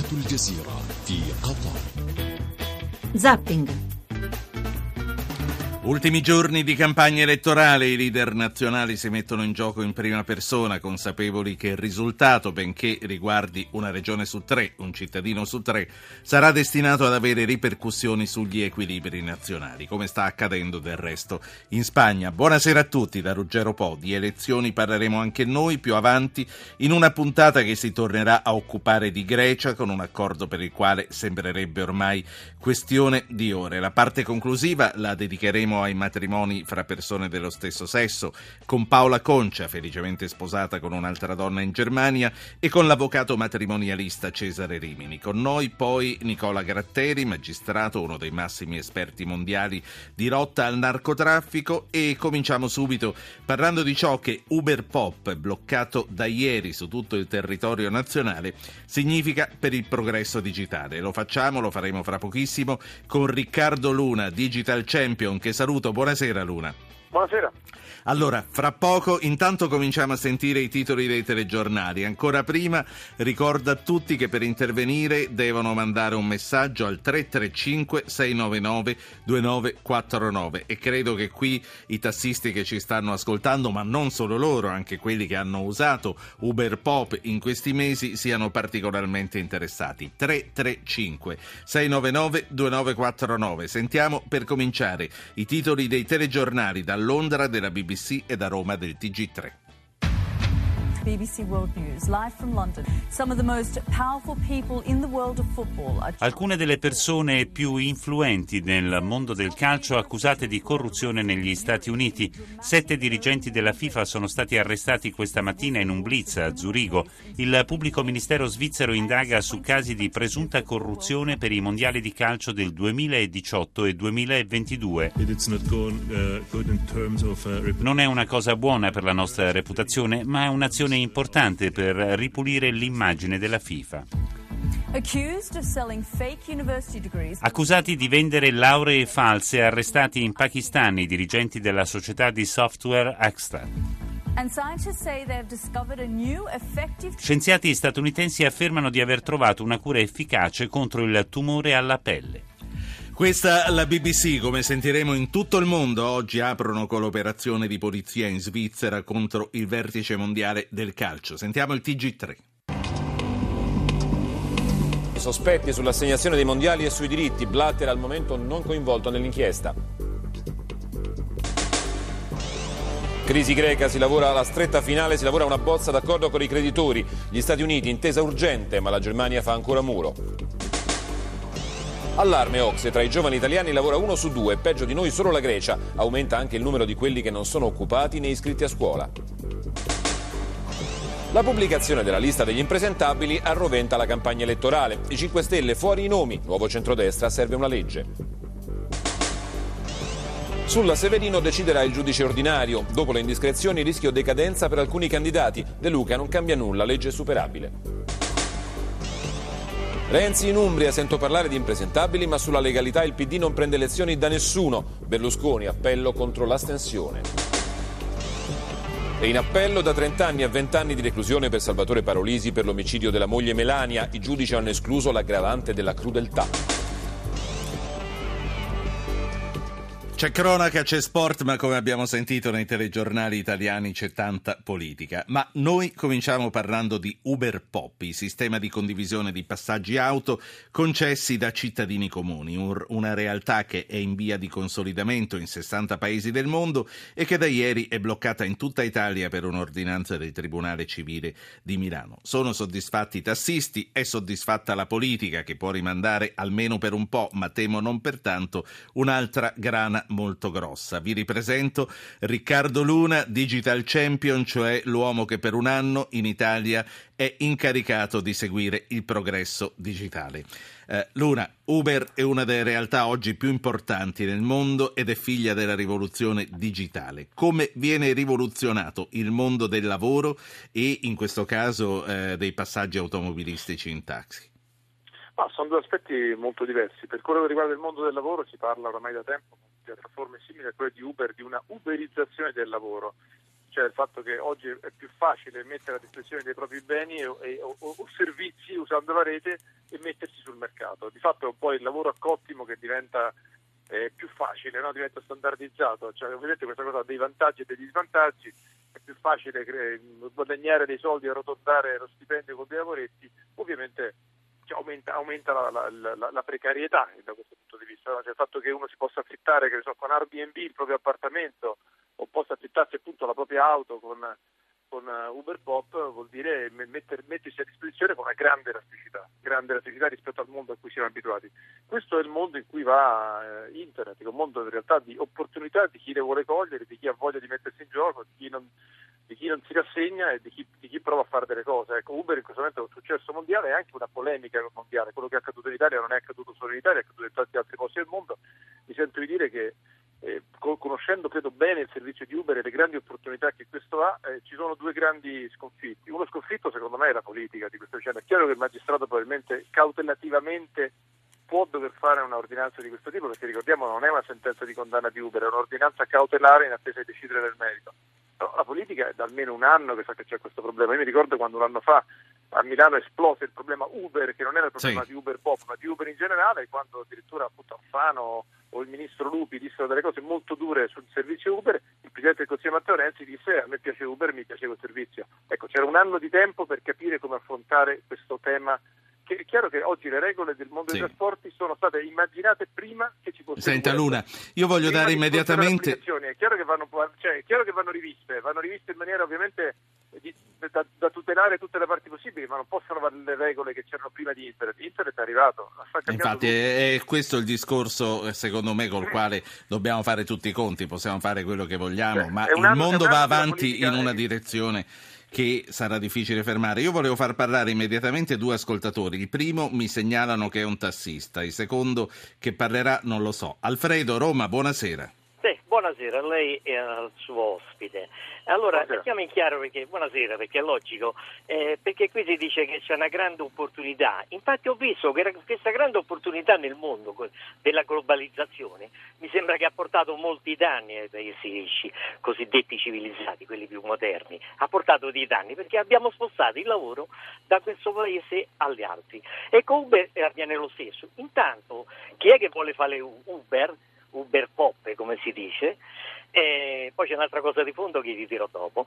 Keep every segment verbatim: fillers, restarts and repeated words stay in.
الجزيرة في قطر. Zapping. Ultimi giorni di campagna elettorale, i leader nazionali si mettono in gioco in prima persona, consapevoli che il risultato, benché riguardi una regione su tre, un cittadino su tre, sarà destinato ad avere ripercussioni sugli equilibri nazionali, come sta accadendo del resto in Spagna. Buonasera a tutti da Ruggero Po. Di elezioni parleremo anche noi più avanti in una puntata che si tornerà a occupare di Grecia, con un accordo per il quale sembrerebbe ormai questione di ore. La parte conclusiva la dedicheremo ai matrimoni fra persone dello stesso sesso, con Paola Concia, felicemente sposata con un'altra donna in Germania, e con l'avvocato matrimonialista Cesare Rimini. Con noi poi Nicola Gratteri, magistrato, uno dei massimi esperti mondiali di lotta al narcotraffico, e cominciamo subito parlando di ciò che Uber Pop, bloccato da ieri su tutto il territorio nazionale, significa per il progresso digitale. Lo facciamo, lo faremo fra pochissimo, con Riccardo Luna, Digital Champion, che saluto. Buonasera Luna. Buonasera. Allora, fra poco intanto cominciamo a sentire i titoli dei telegiornali. Ancora prima ricordo a tutti che per intervenire devono mandare un messaggio al tre tre cinque sei nove nove due nove quattro nove, e credo che qui i tassisti che ci stanno ascoltando, ma non solo loro, anche quelli che hanno usato Uber Pop in questi mesi, siano particolarmente interessati. tre tre cinque sei nove nove due nove quattro nove. Sentiamo per cominciare i titoli dei telegiornali da Londra della B B C e da Roma del T G tre. B B C World News, live from London. Some of the most powerful people in the world of football are... Alcune delle persone più influenti nel mondo del calcio accusate di corruzione negli Stati Uniti. Sette dirigenti della FIFA sono stati arrestati questa mattina in un blitz a Zurigo. Il pubblico ministero svizzero indaga su casi di presunta corruzione per i mondiali di calcio del duemiladiciotto e duemilaventidue. Non è una cosa buona per la nostra reputazione, ma è un'azione importante per ripulire l'immagine della FIFA. Accusati di vendere lauree false, arrestati in Pakistan i dirigenti della società di software Axtra. Scienziati statunitensi affermano di aver trovato una cura efficace contro il tumore alla pelle. Questa è la B B C. Come sentiremo in tutto il mondo, oggi aprono con l'operazione di polizia in Svizzera contro il vertice mondiale del calcio. Sentiamo il T G tre. I sospetti sull'assegnazione dei mondiali e sui diritti. Blatter al momento non coinvolto nell'inchiesta. Crisi greca, si lavora alla stretta finale, si lavora a una bozza d'accordo con i creditori. Gli Stati Uniti, intesa urgente, ma la Germania fa ancora muro. Allarme Ocse, tra i giovani italiani lavora uno su due, peggio di noi solo la Grecia. Aumenta anche il numero di quelli che non sono occupati né iscritti a scuola. La pubblicazione della lista degli impresentabili arroventa la campagna elettorale. I cinque Stelle fuori i nomi, nuovo centrodestra, serve una legge. Sulla Severino deciderà il giudice ordinario. Dopo le indiscrezioni rischio decadenza per alcuni candidati. De Luca non cambia nulla, legge superabile. Renzi in Umbria, sento parlare di impresentabili, ma sulla legalità il P D non prende lezioni da nessuno. Berlusconi, appello contro l'astensione. E in appello da trenta anni a venti anni di reclusione per Salvatore Parolisi per l'omicidio della moglie Melania. I giudici hanno escluso l'aggravante della crudeltà. C'è cronaca, c'è sport, ma come abbiamo sentito nei telegiornali italiani c'è tanta politica. Ma noi cominciamo parlando di Uber Pop, il sistema di condivisione di passaggi auto concessi da cittadini comuni, un, una realtà che è in via di consolidamento in sessanta paesi del mondo e che da ieri è bloccata in tutta Italia per un'ordinanza del Tribunale Civile di Milano. Sono soddisfatti i tassisti, è soddisfatta la politica, che può rimandare almeno per un po', ma temo non per tanto, un'altra grana molto grossa. Vi ripresento Riccardo Luna, Digital Champion, cioè l'uomo che per un anno in Italia è incaricato di seguire il progresso digitale. Eh, Luna, Uber è una delle realtà oggi più importanti nel mondo ed è figlia della rivoluzione digitale. Come viene rivoluzionato il mondo del lavoro e in questo caso eh, dei passaggi automobilistici in taxi? Ma sono due aspetti molto diversi. Per quello che riguarda il mondo del lavoro si parla oramai da tempo con piattaforme simili a quelle di Uber di una uberizzazione del lavoro, cioè il fatto che oggi è più facile mettere a disposizione dei propri beni e, e, o, o servizi o usando la rete e mettersi sul mercato. Di fatto è un po' il lavoro a cottimo che diventa eh, più facile, no? Diventa standardizzato, cioè ovviamente questa cosa ha dei vantaggi e dei svantaggi, è più facile cre- guadagnare dei soldi e arrotondare lo stipendio con dei lavoretti, ovviamente cioè, aumenta, aumenta la, la, la, la precarietà da questo punto di vista, no? Cioè, il fatto che uno si possa affittare, che ne so, con Airbnb il proprio appartamento o possa affittarsi appunto la propria auto con con Uber Pop vuol dire metter, mettersi a disposizione con una grande elasticità, grande elasticità rispetto al mondo a cui siamo abituati. Questo è il mondo in cui va eh, internet, è un mondo in realtà di opportunità di chi le vuole cogliere, di chi ha voglia di mettersi in gioco, di chi non, di chi non si rassegna e di chi, di chi prova a fare delle cose. Ecco, Uber in questo momento è un successo mondiale e anche una polemica mondiale. Quello che è accaduto in Italia non è accaduto solo in Italia, è accaduto in tanti altri posti del mondo. Mi sento di dire che Eh, conoscendo credo bene il servizio di Uber e le grandi opportunità che questo ha, eh, ci sono due grandi sconfitti. Uno sconfitto secondo me è la politica di questa vicenda. È chiaro che il magistrato probabilmente cautelativamente può dover fare una ordinanza di questo tipo, perché ricordiamo non è una sentenza di condanna di Uber, è un'ordinanza cautelare in attesa di decidere del merito. Però la politica è da almeno un anno che sa che c'è questo problema. Io mi ricordo quando un anno fa a Milano esplose il problema Uber, che non era il problema sì. di Uber Pop, ma di Uber in generale, quando addirittura appunto Alfano o il ministro Lupi dissero delle cose molto dure sul servizio Uber, il presidente del Consiglio Matteo Renzi disse a me piace Uber, mi piace quel servizio. Ecco, c'era un anno di tempo per capire come affrontare questo tema. Che è chiaro che oggi le regole del mondo sì. dei trasporti sono state immaginate prima che ci fosse. Senta Luna, io voglio prima dare immediatamente. È chiaro che vanno, cioè, è chiaro che vanno riviste, vanno riviste in maniera ovviamente di, da, da tutelare tutte le parti possibili, ma non possono fare le regole che c'erano prima di Internet. Internet è arrivato. Infatti è, è questo il discorso, secondo me, col quale dobbiamo fare tutti i conti. Possiamo fare quello che vogliamo, cioè, ma il anno, mondo va avanti in una direzione che sarà difficile fermare. Io volevo far parlare immediatamente due ascoltatori. Il primo mi segnalano che è un tassista, il secondo che parlerà non lo so. Alfredo, Roma, buonasera. Sì, buonasera, lei è il suo ospite. Allora, mettiamo in chiaro perché, buonasera, perché è logico, eh, perché qui si dice che c'è una grande opportunità. Infatti ho visto che questa grande opportunità nel mondo della globalizzazione mi sembra che ha portato molti danni ai paesi cosiddetti civilizzati, quelli più moderni. Ha portato dei danni perché abbiamo spostato il lavoro da questo paese agli altri. E con Uber avviene lo stesso. Intanto, chi è che vuole fare Uber? Uber Pop, come si dice, eh, poi c'è un'altra cosa di fondo che vi dirò dopo.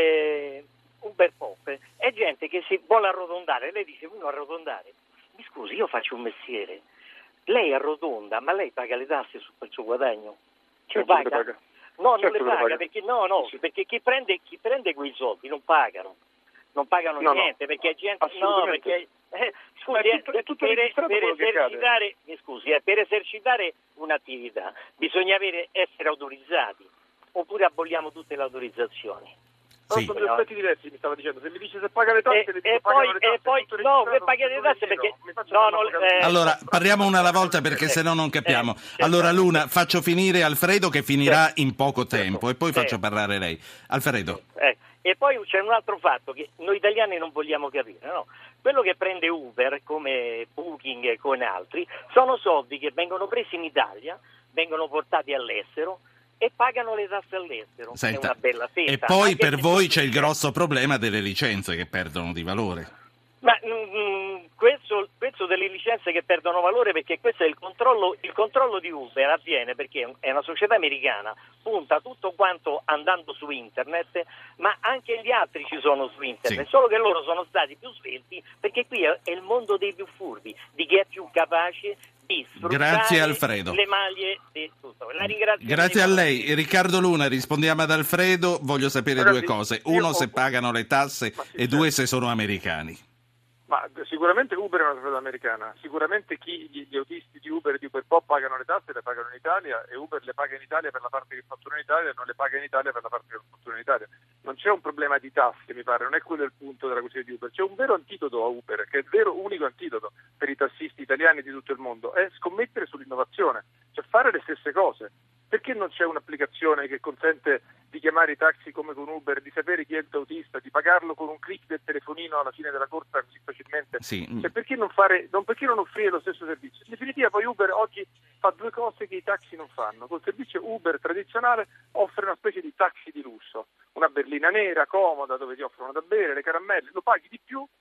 eh, Uber Pop è gente che si vuole arrotondare. Lei dice: vuoi arrotondare? Mi scusi, io faccio un mestiere, lei arrotonda, ma lei paga le tasse sul suo guadagno? Certo paga? paga? No, certo non le paga, paga, perché no, no, sì. perché chi prende, chi prende quei soldi non pagano. Non pagano no, niente, no, perché gente no, perché eh, scusi, è tutto, è tutto per, per esercitare, mi scusi, eh, per esercitare un'attività bisogna avere, essere autorizzati, oppure aboliamo tutte le autorizzazioni. Sì. Sono due aspetti diversi, mi stava dicendo. Se mi dice se paga le tasse, e, le e poi, le tasse, e poi no, per pagare le tasse perché no, no, eh, allora parliamo una alla volta perché eh, se no non capiamo. Eh, allora Luna, faccio finire Alfredo che finirà in poco tempo e poi faccio parlare lei. Alfredo. Eh. E poi c'è un altro fatto che noi italiani non vogliamo capire, no? Quello che prende Uber come Booking e con altri sono soldi che vengono presi in Italia, vengono portati all'estero e pagano le tasse all'estero. Senta, è una bella fetta. E poi per voi c'è il grosso problema delle licenze che perdono di valore. Ma mh, questo, questo delle licenze che perdono valore, perché questo è il controllo, il controllo di Uber avviene perché è una società americana, punta tutto quanto andando su internet, ma anche gli altri ci sono su internet, sì. Solo che loro sono stati più svelti perché qui è, è il mondo dei più furbi, di chi è più capace di sfruttare Grazie, Alfredo. le maglie di tutto. La ringrazio. Grazie a lei. Riccardo Luna, rispondiamo ad Alfredo, voglio sapere Ragazzi, due cose. Uno, se pagano le tasse sì, e due, se sono americani. Ma sicuramente Uber è una società americana, sicuramente chi, gli, gli autisti di Uber e di Uber Pop pagano le tasse, le pagano in Italia e Uber le paga in Italia per la parte che fattura in Italia e non le paga in Italia per la parte che fattura in Italia. Non c'è un problema di tasse, mi pare, non è quello il punto della questione di Uber, c'è un vero antidoto a Uber, che è il vero unico antidoto per i tassisti italiani di tutto il mondo, è scommettere sull'innovazione, cioè fare le stesse cose. Perché non c'è un'applicazione che consente di chiamare i taxi come con Uber, di sapere chi è il tuo autista, di pagarlo con un click del telefonino alla fine della corsa così facilmente? Sì. Cioè, perché non fare, non, perché non offrire lo stesso servizio? In definitiva poi Uber oggi fa due cose che i taxi non fanno. Col servizio Uber tradizionale offre una specie di taxi di lusso, una berlina nera, comoda, dove ti offrono da bere, le caramelle, lo paghi di più, ti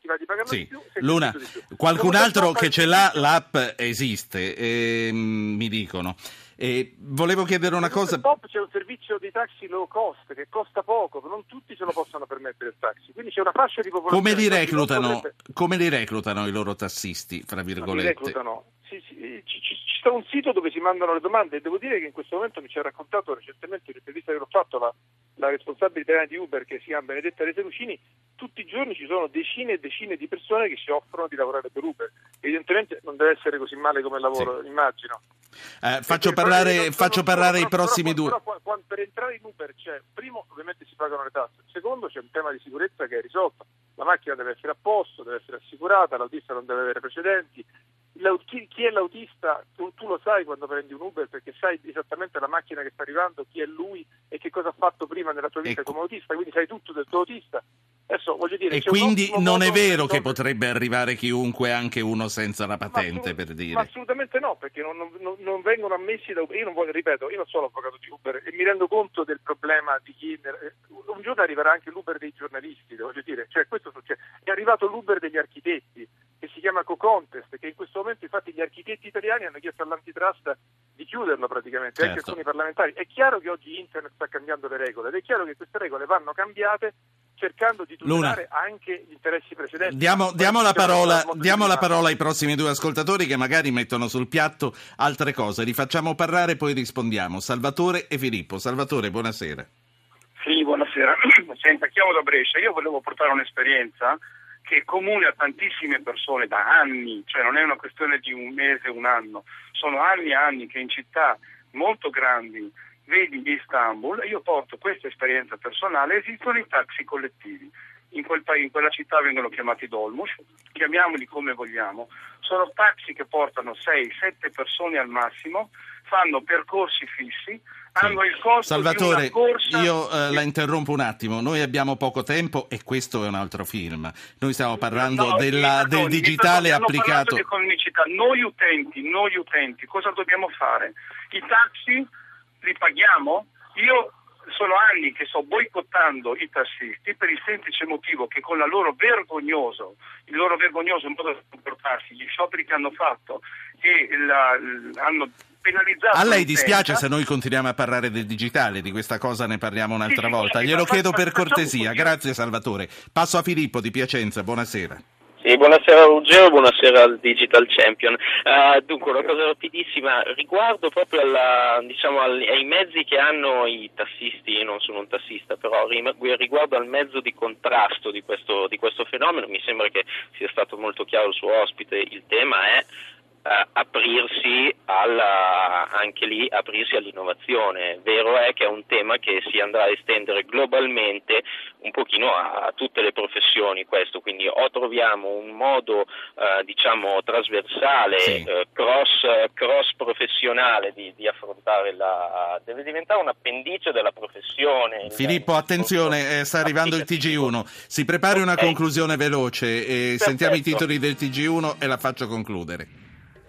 va di pagarlo sì. di più. Se Luna, di più. qualcun Come altro fa- che ce l'ha, l'app esiste, ehm, mi dicono. E volevo chiedere una cosa. Pop c'è un servizio di taxi low cost che costa poco, non tutti se lo possono permettere il taxi, quindi c'è una fascia di popolazione. Come li reclutano, potrebbe... come li reclutano i loro tassisti, fra virgolette? Li reclutano. Sì, sì, ci, ci, ci sta un sito dove si mandano le domande e devo dire che in questo momento mi ci ha raccontato recentemente un'intervista che l'ho fatto la, la responsabile italiana di Uber, che si chiama Benedetta Reserucini. Tutti i giorni ci sono decine e decine di persone che si offrono di lavorare per Uber. Evidentemente non deve essere così male come lavoro, sì. Immagino. Eh, faccio parlare, faccio parlare i prossimi però, due. Però, però, per entrare in Uber c'è, primo, ovviamente si pagano le tasse, secondo c'è un tema di sicurezza che è risolto. La macchina deve essere a posto, deve essere assicurata, l'autista non deve avere precedenti. Chi, chi è l'autista, tu, tu lo sai quando prendi un Uber, perché sai esattamente la macchina che sta arrivando, chi è lui e che cosa ha fatto prima nella tua vita e come autista, quindi sai tutto del tuo autista. Adesso, voglio dire, e quindi non è vero che non... potrebbe arrivare chiunque, anche uno senza la patente, per dire. Ma assolutamente no, perché non, non, non vengono ammessi da Uber. Io non voglio, ripeto, io non sono avvocato di Uber e mi rendo conto del problema di chi... Un giorno arriverà anche l'Uber dei giornalisti, voglio dire, cioè questo succede. È arrivato l'Uber degli architetti, che si chiama Co-Contest, che in questo momento infatti gli architetti italiani hanno chiesto all'antitrust di chiuderlo praticamente, certo. Anche alcuni parlamentari. È chiaro che oggi Internet sta cambiando le regole ed è chiaro che queste regole vanno cambiate cercando di tutelare anche gli interessi precedenti. Diamo, diamo, la parola, diamo la parola ai prossimi due ascoltatori che magari mettono sul piatto altre cose. Li facciamo parlare e poi rispondiamo. Salvatore e Filippo. Salvatore, buonasera. Sì, buonasera. Senta, chiamo da Brescia. Io volevo portare un'esperienza che è comune a tantissime persone da anni, cioè non è una questione di un mese, un anno. Sono anni e anni che in città molto grandi, vedi Istanbul, io porto questa esperienza personale, esistono i taxi collettivi. In, quel paese, in quella città vengono chiamati dolmuş, chiamiamoli come vogliamo, sono taxi che portano sei sette persone al massimo, fanno percorsi fissi, hanno il costo Salvatore, di una corsa... io eh, la interrompo un attimo, noi abbiamo poco tempo e questo è un altro film, noi stiamo parlando no, della, perdoni, del digitale applicato... Di economicità. Noi utenti, noi utenti, cosa dobbiamo fare? I taxi li paghiamo? Io sono anni che sto boicottando i tassisti per il semplice motivo che con la loro vergognoso, il loro vergognoso modo di comportarsi, gli scioperi che hanno fatto e la, hanno penalizzato. A lei dispiace se noi continuiamo a parlare del digitale, di questa cosa ne parliamo un'altra sì, volta, sì, glielo ma, chiedo ma, per cortesia, così. Grazie Salvatore. Passo a Filippo di Piacenza, buonasera. Sì, buonasera Ruggero, buonasera al Digital Champion. Uh, dunque, una cosa rapidissima, riguardo proprio alla, diciamo, ai mezzi che hanno i tassisti, io non sono un tassista, però riguardo al mezzo di contrasto di questo, di questo fenomeno, mi sembra che sia stato molto chiaro il suo ospite, il tema è Uh, aprirsi alla, anche lì aprirsi all'innovazione. Vero è che è un tema che si andrà a estendere globalmente un pochino a, a tutte le professioni, questo, quindi o troviamo un modo uh, diciamo trasversale, sì. uh, cross, cross professionale di, di affrontare la... deve diventare un appendice della professione. Filippo, il, attenzione, eh, sta arrivando il T G uno, si prepari una okay. conclusione veloce e Perfetto. Sentiamo i titoli del T G uno e la faccio concludere.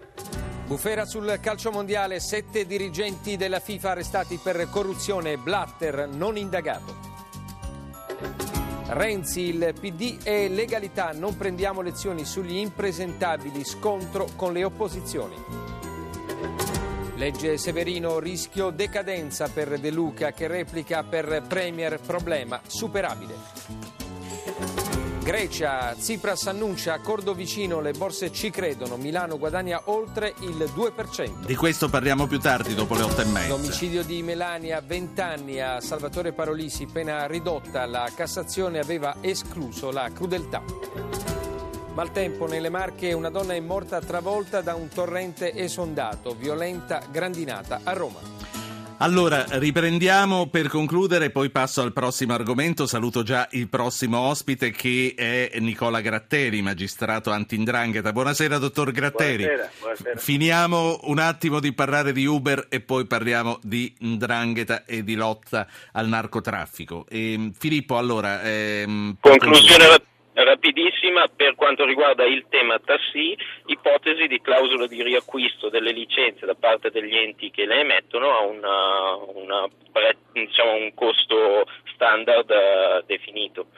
Bufera sul calcio mondiale, sette dirigenti della FIFA arrestati per corruzione, Blatter non indagato. Renzi, il P D e legalità, non prendiamo lezioni sugli impresentabili, scontro con le opposizioni. Legge Severino, rischio decadenza per De Luca che replica per Premier, problema superabile. Grecia, Tsipras annuncia accordo vicino, le borse ci credono, Milano guadagna oltre il due per cento. Di questo parliamo più tardi, dopo le otto e mezza. L'omicidio di Melania, venti anni, a Salvatore Parolisi, pena ridotta, la Cassazione aveva escluso la crudeltà. Maltempo, nelle Marche una donna è morta travolta da un torrente esondato, violenta grandinata a Roma. Allora, riprendiamo per concludere, poi passo al prossimo argomento. Saluto già il prossimo ospite che è Nicola Gratteri, magistrato anti-'ndrangheta. Buonasera, dottor Gratteri. Buonasera, buonasera. Finiamo un attimo di parlare di Uber e poi parliamo di 'ndrangheta e di lotta al narcotraffico. E, Filippo, allora... Ehm, Conclusione rap- rapidissima per quanto riguarda il tema taxi, ipotesi di clausola di riacquisto delle licenze da parte degli enti che le emettono a una, una, diciamo, un costo standard uh, definito.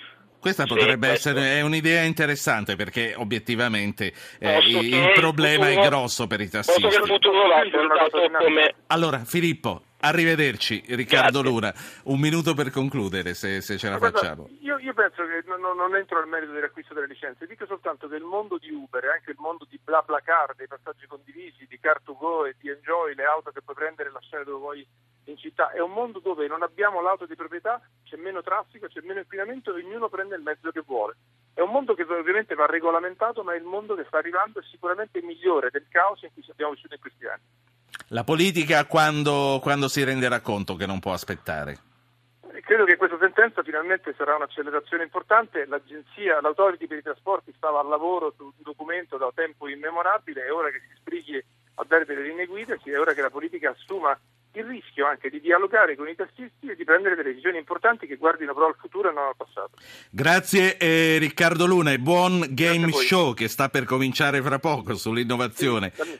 Questa Sì, potrebbe questo. essere è un'idea interessante, perché obiettivamente eh, Posso il che problema il è futuro- grosso per i Posso che il tassisti. futuro va affrontato come... Allora, Filippo, arrivederci. Riccardo Grazie. Luna, un minuto per concludere, se, se ce la Ma guarda, facciamo. Io, io penso che non, non entro nel merito dell'acquisto delle licenze, dico soltanto che il mondo di Uber e anche il mondo di BlaBlaCar, dei passaggi condivisi, di car to go e di Enjoy, le auto che puoi prendere e lasciare dove vuoi in città, è un mondo dove non abbiamo l'auto di proprietà, c'è meno traffico, c'è meno inquinamento e ognuno prende il mezzo che vuole. È un mondo che ovviamente va regolamentato, ma è il mondo che sta arrivando è sicuramente migliore del caos in cui abbiamo vissuto in questi anni. La politica quando, quando si renderà conto che non può aspettare? Credo che questa sentenza finalmente sarà un'accelerazione importante. L'agenzia, l'Authority per i trasporti stava al lavoro su un documento da tempo immemorabile, è ora che si sbrighi a dare delle linee guida, è ora che la politica assuma il rischio anche di dialogare con i tassisti e di prendere delle decisioni importanti che guardino però al futuro e non al passato. Grazie eh, Riccardo Luna e buon game Grazie a voi. show che sta per cominciare fra poco sull'innovazione. Sì,